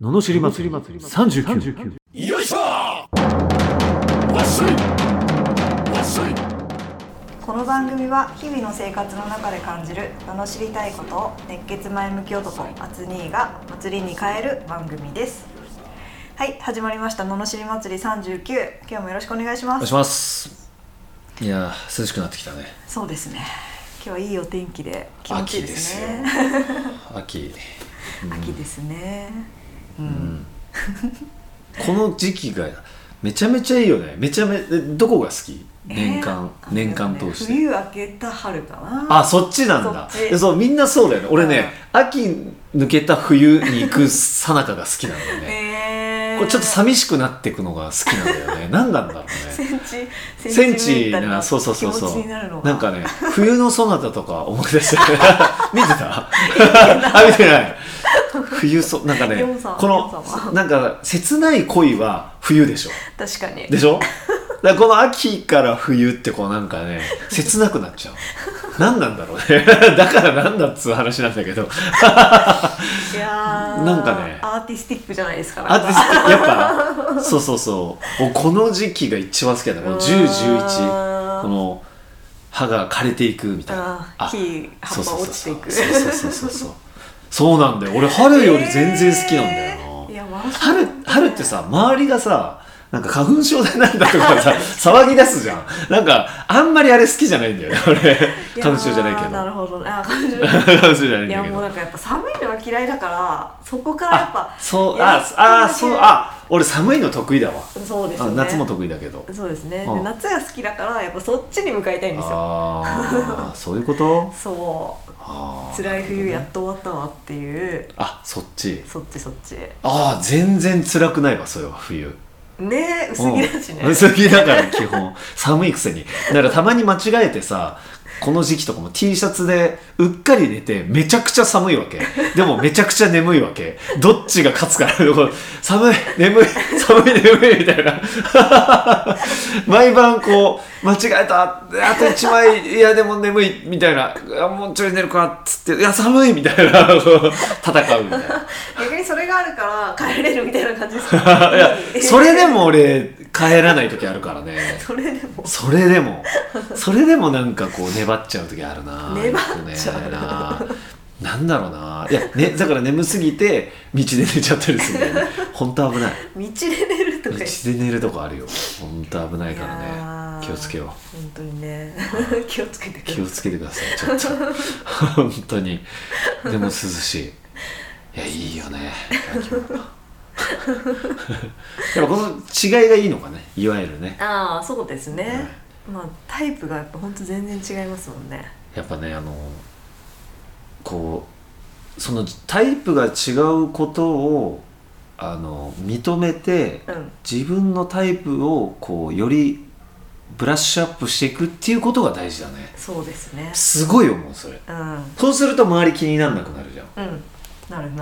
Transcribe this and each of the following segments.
ののしり祭り39。 よいしょわっしょいわっしょい。 この番組は日々の生活の中で感じる罵りたいことを熱血前向き男アツニーが祭りに変える番組です。はい、始まりました罵り祭り39。今日もよろしくお願いします。 お願いします。いや涼しくなってきたね。 そうですね、今日はいいお天気で気持ちいいですね。 秋秋ですね、 この時期がめちゃめちゃいいよね。どこが好き？年間通して。 冬明けた春かな。 あ、そっちなんだ。そう、みんなそうだよね。俺ね、秋抜けた冬に行く最中が好きなんだよね。これちょっと寂しくなっていくのが好きなんだよね。何なんだろうね。センチな、そうなんかね、冬のソナタとか思い出して見てた？見てない。なんかね、このなんか切ない恋は冬でしょ。 確かに。 でしょ？だからこの秋から冬ってこうなんかね切なくなっちゃう。何なんだろうね。だからなんだっつう話なんだけど。いやなんかね、 アーティスティックじゃないですか。 アーティスティック、やっぱそうこの時期が一番好きなんだ。この10、11、この葉が枯れていくみたいな。 葉っぱ落ちていく。 そうなんだよ。俺春より全然好きなんだよな。 いや、 春ってさ、周りがさなんか花粉症でなんだとかさ騒ぎ出すじゃん。なんかあんまりあれ好きじゃないんだよね俺。花粉症じゃないけど。 なるほどね。花粉症じゃないんだけど。 いやもうなんかやっぱ寒いのが嫌いだからそこからやっぱ俺寒いの得意だわ。 そうですね。 夏も得意だけど。 そうですね。で夏が好きだからやっぱそっちに向かいたいんですよ。 そういうこと？ そう。辛い冬やっと終わったわっていう。 そっち。全然辛くないわそれは冬。 ねえ、薄着だしね。 薄着だから基本寒いくせに。だからたまに間違えてさ、この時期とかも T シャツでうっかり寝てめちゃくちゃ寒いわけ。でもめちゃくちゃ眠いわけ。どっちが勝つかな。寒い眠いみたいな。毎晩こう間違えた、あと1枚、いやでも眠いみたいな、もうちょい寝るかっつって、いや寒いみたいな戦うみたいな。 逆にそれがあるから帰れるみたいな感じですか？ いやそれでも俺帰らない時あるからね。それでもなんかこう粘っちゃう時あるな。 粘っちゃうなんだろうな。いや、ね、だから眠すぎて道で寝ちゃったりするんだよね。本当危ない。 道で寝るとか。 道で寝るとこあるよ。本当危ないからね。気をつけよう。 本当にね。気をつけてください。ちょっと本当に。でも涼しい。いや、いいよね。やっぱこの違いがいいのかね。いわゆるね。 そうですね。まあタイプがやっぱ本当全然違いますもんね。 やっぱね、こうそのタイプが違うことを認めて、自分のタイプをこうよりブラッシュアップしていくっていうことが大事だね。 そうですね。 すごい思うそれ。そうすると周り気にならなくなるじゃん。 なる。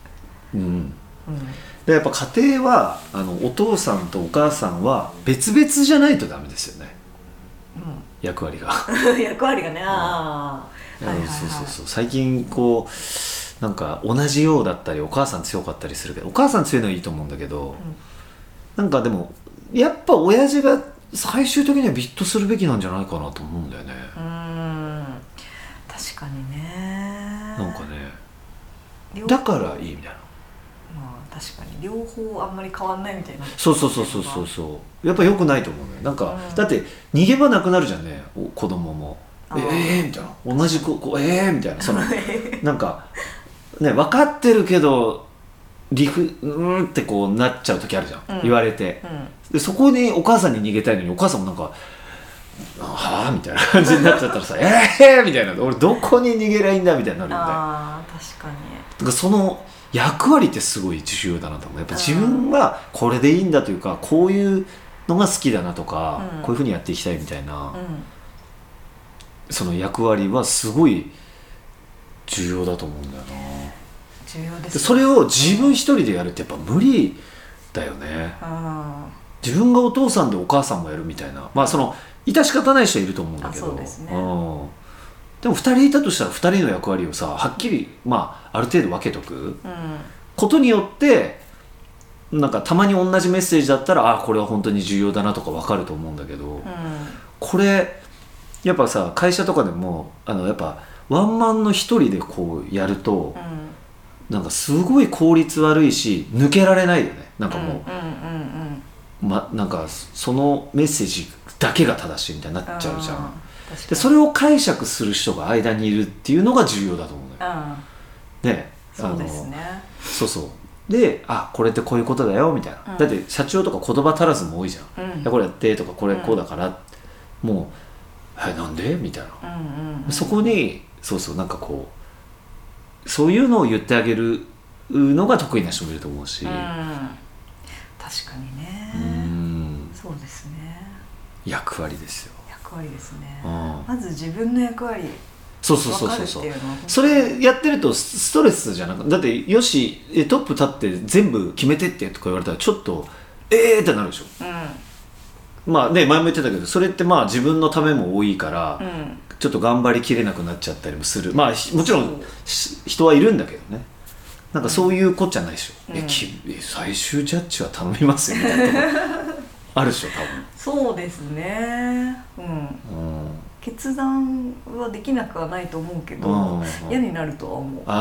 でやっぱ家庭はお父さんとお母さんは別々じゃないとダメですよね。役割がね。そう最近こうなんか同じようだったりお母さん強かったりするけど、お母さん強いのはいいと思うんだけど、なんかでもやっぱ親父が最終的にはビットするべきなんじゃないかなと思うんだよね。 確かにね。 なんかね、だからいいみたいな。 確かに両方あんまり変わんないみたいな。 そうやっぱ良くないと思うのよ。なんか、だって逃げ場なくなるじゃんね、子供も。みたいな、同じ子みたいな、なんかね、分かってるけどってこうなっちゃう時あるじゃん、言われて、でそこにお母さんに逃げたいのにお母さんもなんかはぁみたいな感じになっちゃったらさみたいな、俺どこに逃げりゃいいんだみたいになるみたいな。 確かに。 だからその役割ってすごい重要だなと思う。やっぱ自分はこれでいいんだというか、こういうのが好きだなとか、こういうふうにやっていきたいみたいな、その役割はすごい重要だと思うんだよな。 重要ですね。 それを自分一人でやるってやっぱ無理だよね。自分がお父さんでお母さんもやるみたいな、まあその致し方ない人はいると思うんだけど、 そうですね。 でも2人いたとしたら2人の役割をさはっきり、ある程度分けとくことによってなんかたまに同じメッセージだったらこれは本当に重要だなとか分かると思うんだけど、これやっぱさ会社とかでもやっぱワンマンの一人でこうやると、なんかすごい効率悪いし抜けられないよね。なんかもう、なんかそのメッセージだけが正しいみたいになっちゃうじゃん。でそれを解釈する人が間にいるっていうのが重要だと思うのよ。ね、 そうですね。 そうそうでこれってこういうことだよみたいな、だって社長とか言葉足らずも多いじゃん、これやってとかこれこうだから、もうなんでみたいな、そこにそうなんかこうそういうのを言ってあげるのが得意な人もいると思うし、 確かにね。そうですね。 役割ですよ。 役割ですね。まず自分の役割そうそれやってるとストレスじゃなくて、だってよしトップ立って全部決めてってとか言われたらちょっとってなるでしょ、まあね前も言ってたけどそれってまあ自分のためも多いから、ちょっと頑張りきれなくなっちゃったりもする。まあもちろん人はいるんだけどね、なんかそういうこっちゃないでしょ、最終ジャッジは頼みますよみたいなとこあるでしょ多分。そうですね。決断はできなくはないと思うけど、嫌になるとは思う。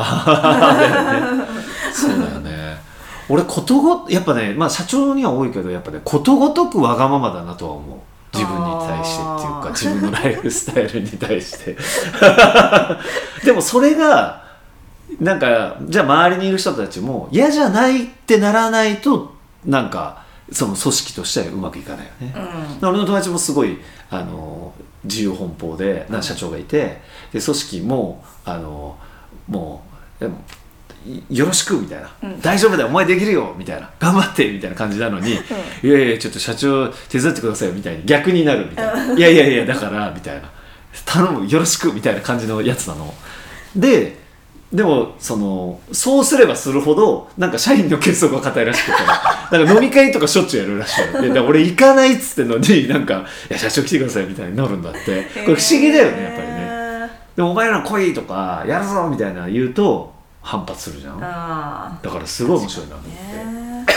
そうだよね。俺やっぱね、まあ社長には多いけどやっぱねことごとくわがままだなとは思う。自分に対してっていうか自分のライフスタイルに対してでもそれがなんかじゃあ周りにいる人たちも嫌じゃないってならないとなんかその組織としてはうまくいかないよね、俺の友達もすごい自由奔放でな社長がいて、で組織ももうよろしくみたいな、大丈夫だよお前できるよみたいな頑張ってみたいな感じなのに、いやいやちょっと社長手伝ってくださいよみたいに逆になるみたいな、いやいやいやだからみたいな頼むよろしくみたいな感じのやつなのでもそうすればするほどなんか社員の結束が固いらしくてなんか飲み会とかしょっちゅうやるらしいので、だから俺行かないっつってんのになんかいや社長来てくださいみたいになるんだって。これ不思議だよねやっぱりね。でもお前ら来いとかやるぞみたいな言うと反発するじゃん。だからすごい面白いなと思って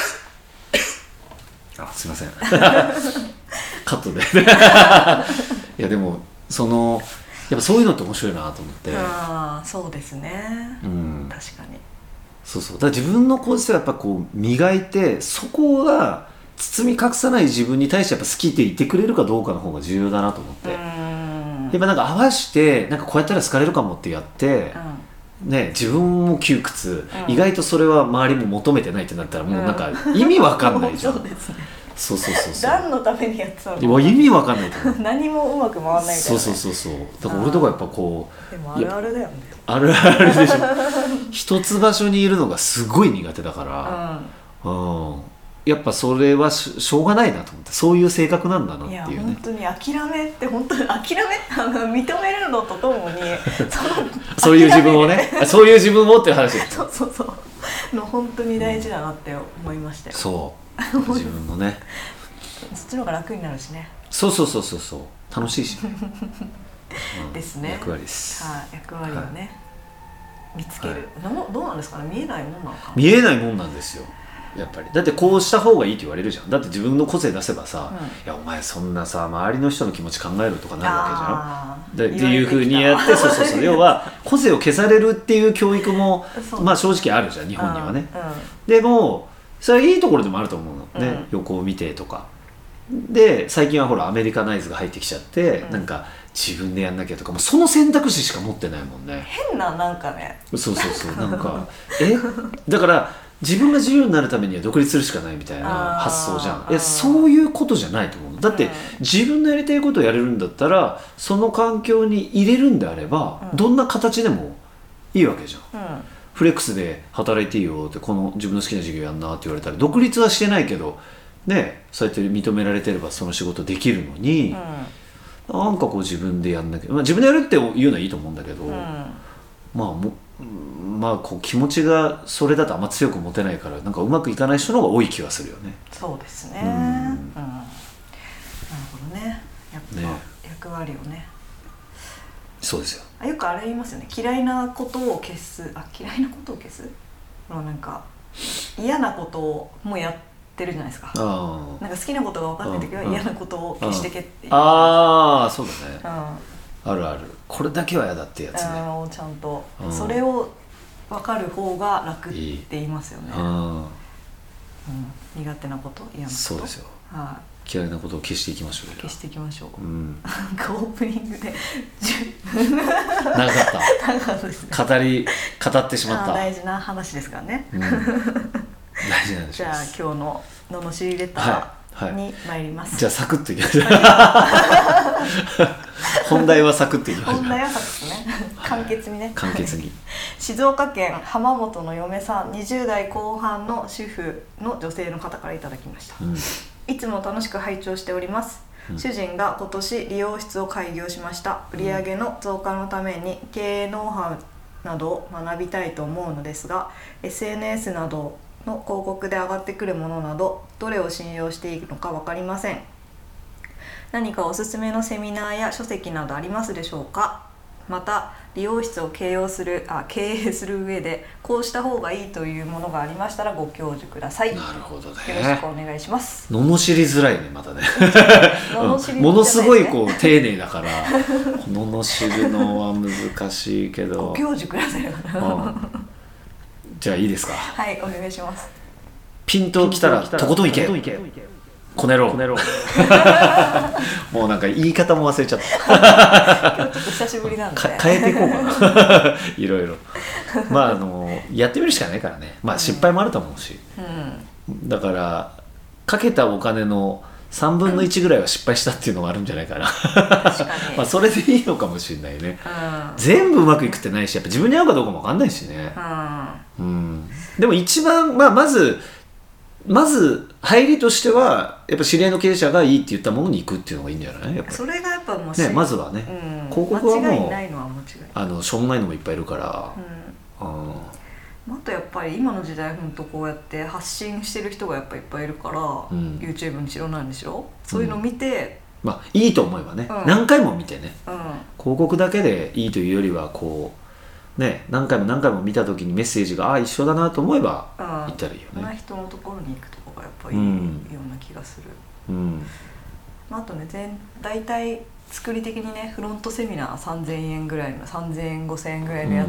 すいませんカットでいやでもやっぱそういうのって面白いなと思って。そうですね、確かにそうだから自分の個性をやっぱこう磨いて、そこが包み隠さない自分に対してやっぱ好きって言ってくれるかどうかの方が重要だなと思って、やっぱなんか合わしてなんかこうやったら好かれるかもってやって、ね、自分も窮屈、意外とそれは周りも求めてないってなったらもうなんか意味わかんないじゃん。そうですね。そう何のためにやってたのか意味わかんないと思う何もうまく回らないみたいな、ね、そうだから俺とかやっぱこうでもあるあるだよね。あるあるでしょ一つ場所にいるのがすごい苦手だから、やっぱそれはしょうがないなと思って、そういう性格なんだなっていうね。いや本当に諦めって本当に認めるのとともにそういう自分をねそういう自分をっていう話そうの本当に大事だなって思いましたよ。そう自分のねそっちの方が楽になるしね。そう楽しいしねですね。役割です。役割をね、見つける、どうなんですかね。見えないもんなのか。見えないもんなんですよやっぱり。だってこうした方がいいって言われるじゃん。だって自分の個性出せばさ、いやお前そんなさ周りの人の気持ち考えるとかなるわけじゃんっていう風にやってそう要は個性を消されるっていう教育もまあ正直あるじゃん日本にはね、でもそれはいいところでもあると思うのね、横を見てとかで、最近はほらアメリカナイズが入ってきちゃって、なんか自分でやんなきゃとかもうその選択肢しか持ってないもんね。変ななんかねそうなんかだから自分が自由になるためには独立するしかないみたいな発想じゃん。そういうことじゃないと思う。だって自分のやりたいことをやれるんだったらその環境に入れるんであれば、どんな形でもいいわけじゃん、フレックスで働いていいよってこの自分の好きな授業やんなって言われたら独立はしてないけどね、そうやって認められてればその仕事できるのに、なんかこう自分でやんなきゃ、自分でやるっていうのはいいと思うんだけど、まあこう気持ちがそれだとあんま強く持てないからなんかうまくいかない人の方が多い気がするよね。そうですね、なるほどね。やっぱ役割をね。そうですよ。よくあれ言いますよね。嫌いなことを消す。嫌いなことを消す。なんか嫌なことをもうやってるじゃないですか。 あなんか好きなことが分かってる時は嫌なことを消してけっていう、 あそうだね、 うん、 あるある、これだけは嫌だってやつね、 ちゃんと、 うんそれを分かる方が楽って言いますよね。苦手なこと嫌なことそうですよ、 はい、 嫌いなことを消していきましょうよ。 消していきましょう。 なんかオープニングで長かった長かったですね。 語ってしまった。 大事な話ですからね、 大事なんでしょう。 じゃあ今日の罵りレターに参ります、 じゃあサクッといきましょう本題はサクッといきましょう。 本題はサクッとね簡潔にね、 簡潔に静岡県浜本の嫁さん、20代後半の主婦の女性の方からいただきました、いつも楽しく拝聴しております、主人が今年理容室を開業しました。売上の増加のために経営ノウハウなどを学びたいと思うのですが、 SNS などの広告で上がってくるものなどどれを信用していいのか分かりません。何かおすすめのセミナーや書籍などありますでしょうか。また理容室を経営する上でこうした方がいいというものがありましたらご教授ください。 なるほどね。 よろしくお願いします。 罵りづらいね、またね罵りものすごいこう丁寧だから罵るのは難しいけどご教授くださいじゃあいいですか。 はい、お願いします。 ピント来たらとことんいけ、こねろもうなんか言い方も忘れちゃった今日ちょっと久しぶりなんで変えていこうかないろいろまあやってみるしかないからね。まあ失敗もあると思うし、だからかけたお金の3分の1ぐらいは失敗したっていうのがあるんじゃないかな確かにまあそれでいいのかもしれないね、全部うまくいくってないし、やっぱ自分に合うかどうかも分かんないしね、でも一番、まず入りとしてはやっぱ知り合いの経営者がいいって言ったものに行くっていうのがいいんじゃない。やっぱりそれがやっぱもうね、まずはね、広告はもう間違いないのは間違いしょうもないのもいっぱいいるから、 あとやっぱり今の時代本当こうやって発信してる人がやっぱいっぱいいるから、YouTube にしろなんでしょ、そういうのを見て、 まあいいと思えばね、何回も見てね、広告だけでいいというよりはこうね、何回も見た時にメッセージが一緒だなと思えば行ったらいいよね。 そんな人のところに行くとこがやっぱいいような気がする。あとね、大体作り的にね、フロントセミナー3000円ぐらいの3000円5000円ぐらいのやって、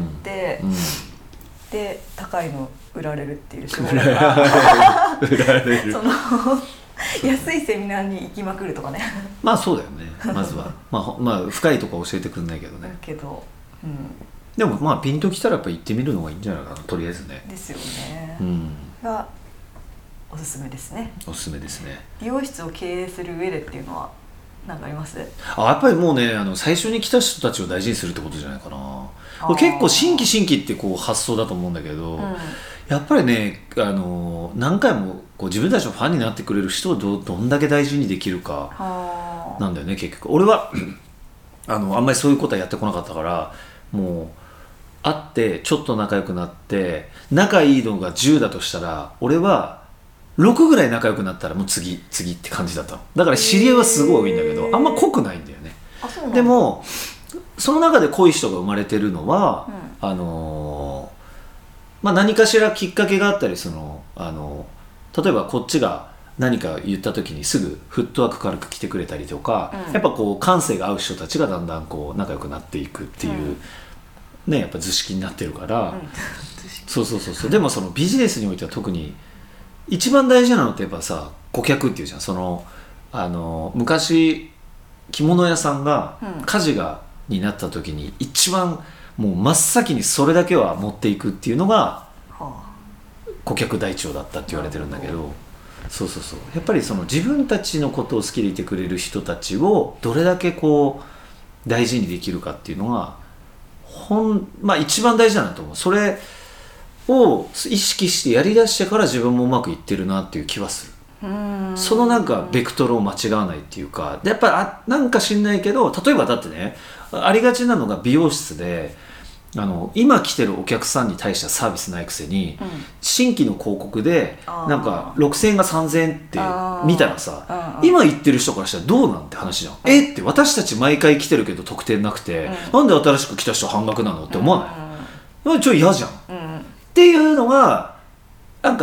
で高いの売られるっていう手法だから売られるその安いセミナーに行きまくるとかねまあそうだよね、まずはまあ深いとこ教えてくんないけどね、でもまあピンときたらやっぱ行ってみるのがいいんじゃないかな、とりあえずね。 ですよね、がおすすめですね。 おすすめですね。 美容室を経営する上でっていうのは何かあります？ やっぱりもうね、最初に来た人たちを大事にするってことじゃないかな。これ結構新規ってこう発想だと思うんだけど、やっぱりね、何回もこう自分たちのファンになってくれる人をどんだけ大事にできるかなんだよね、結局。俺はあんまりそういうことはやってこなかったから、もう会ってちょっと仲良くなって仲いいのが10だとしたら、俺は6ぐらい仲良くなったらもう次って感じだったの。だから知り合いはすごい多いんだけど、あんま濃くないんだよね。でもその中で濃い人が生まれてるのは、何かしらきっかけがあったり、例えばこっちが何か言った時にすぐフットワーク軽く来てくれたりとか、やっぱこう感性が合う人たちがだんだんこう仲良くなっていくっていう、ね、やっぱ図式になってるから、そうでもそのビジネスにおいては特に一番大事なのってやっぱさ、顧客っていうじゃん。昔着物屋さんが火事になった時に一番もう真っ先にそれだけは持っていくっていうのが顧客台帳だったって言われてるんだけど、そうやっぱりその自分たちのことを好きでいてくれる人たちをどれだけこう大事にできるかっていうのが一番大事だなと思う。それを意識してやりだしてから自分もうまくいってるなっていう気はする。そのなんかベクトルを間違わないっていうか、やっぱりなんか知んないけど、例えばだってね、ありがちなのが美容室で今来てるお客さんに対してはサービスないくせに、新規の広告でなんか6000円が3000円って見たらさ、今言ってる人からしたらどうなんて話じゃん。って私たち毎回来てるけど特典なくて、なんで新しく来た人半額なのって思わない？ちょっと嫌じゃん、っていうのがなんか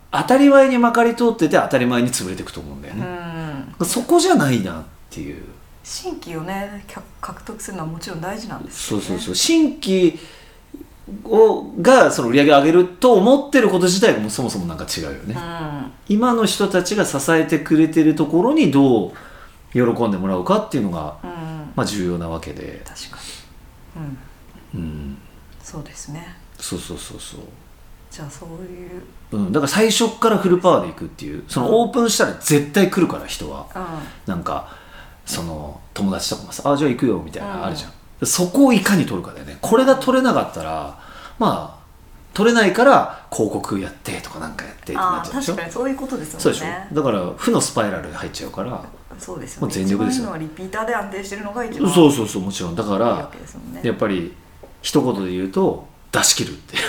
当たり前にまかり通ってて当たり前に潰れていくと思うんだよね、そこじゃないなっていう。 新規をね獲得するのはもちろん大事なんですよね。 そう新規がその売り上げを上げると思ってること自体がもうそもそもなんか違うよね、今の人たちが支えてくれてるところにどう喜んでもらうかっていうのが、まあ、重要なわけで。 確かに、そうですね。 そうじゃあそういう、 だから最初からフルパワーでいくっていう、そのオープンしたら絶対来るから人は、なんかその友達とかもさ、じゃあ行くよみたいなのあるじゃん、そこをいかに取るかだよね。これが取れなかったらまあ取れないから広告やってとかなんかやってってなっちゃうでしょ。 確かにそういうことですもんね。 そうでしょ。だから負のスパイラルに入っちゃうから。 そうですよね。 もう全力ですよ。 一番いいのはリピーターで安定してるのが一番。 そうもちろん。だからいいわけですもんね。 やっぱり一言で言うと出し切るって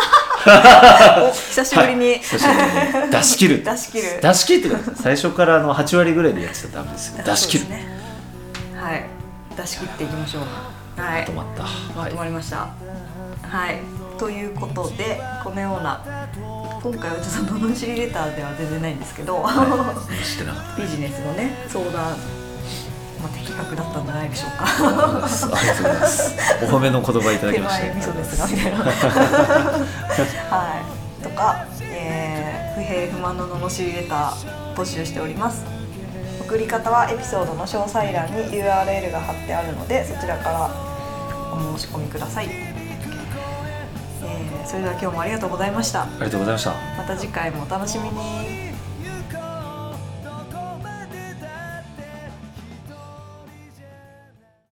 久しぶりに、 久しぶりに出し切る出し切る出し切ってください。最初から8割ぐらいでやってたらダメですよ。出し切る、 ね、はい、出し切っていきましょう。はい、 まとまった。 まとまりました。はい、ということでこのような今回はちょっと罵りレターでは全然ないんですけど、 してなかったビジネスのね相談、的確だったんじゃないでしょうか。 ありがとうございます。お褒めの言葉いただきまして。 手前味噌ですがみたいな。はい。とか、不平不満の罵りレター募集しております。送り方はエピソードの詳細欄に URL が貼ってあるのでそちらからお申し込みください。それでは今日もありがとうございました。 ありがとうございました。 また次回もお楽しみに。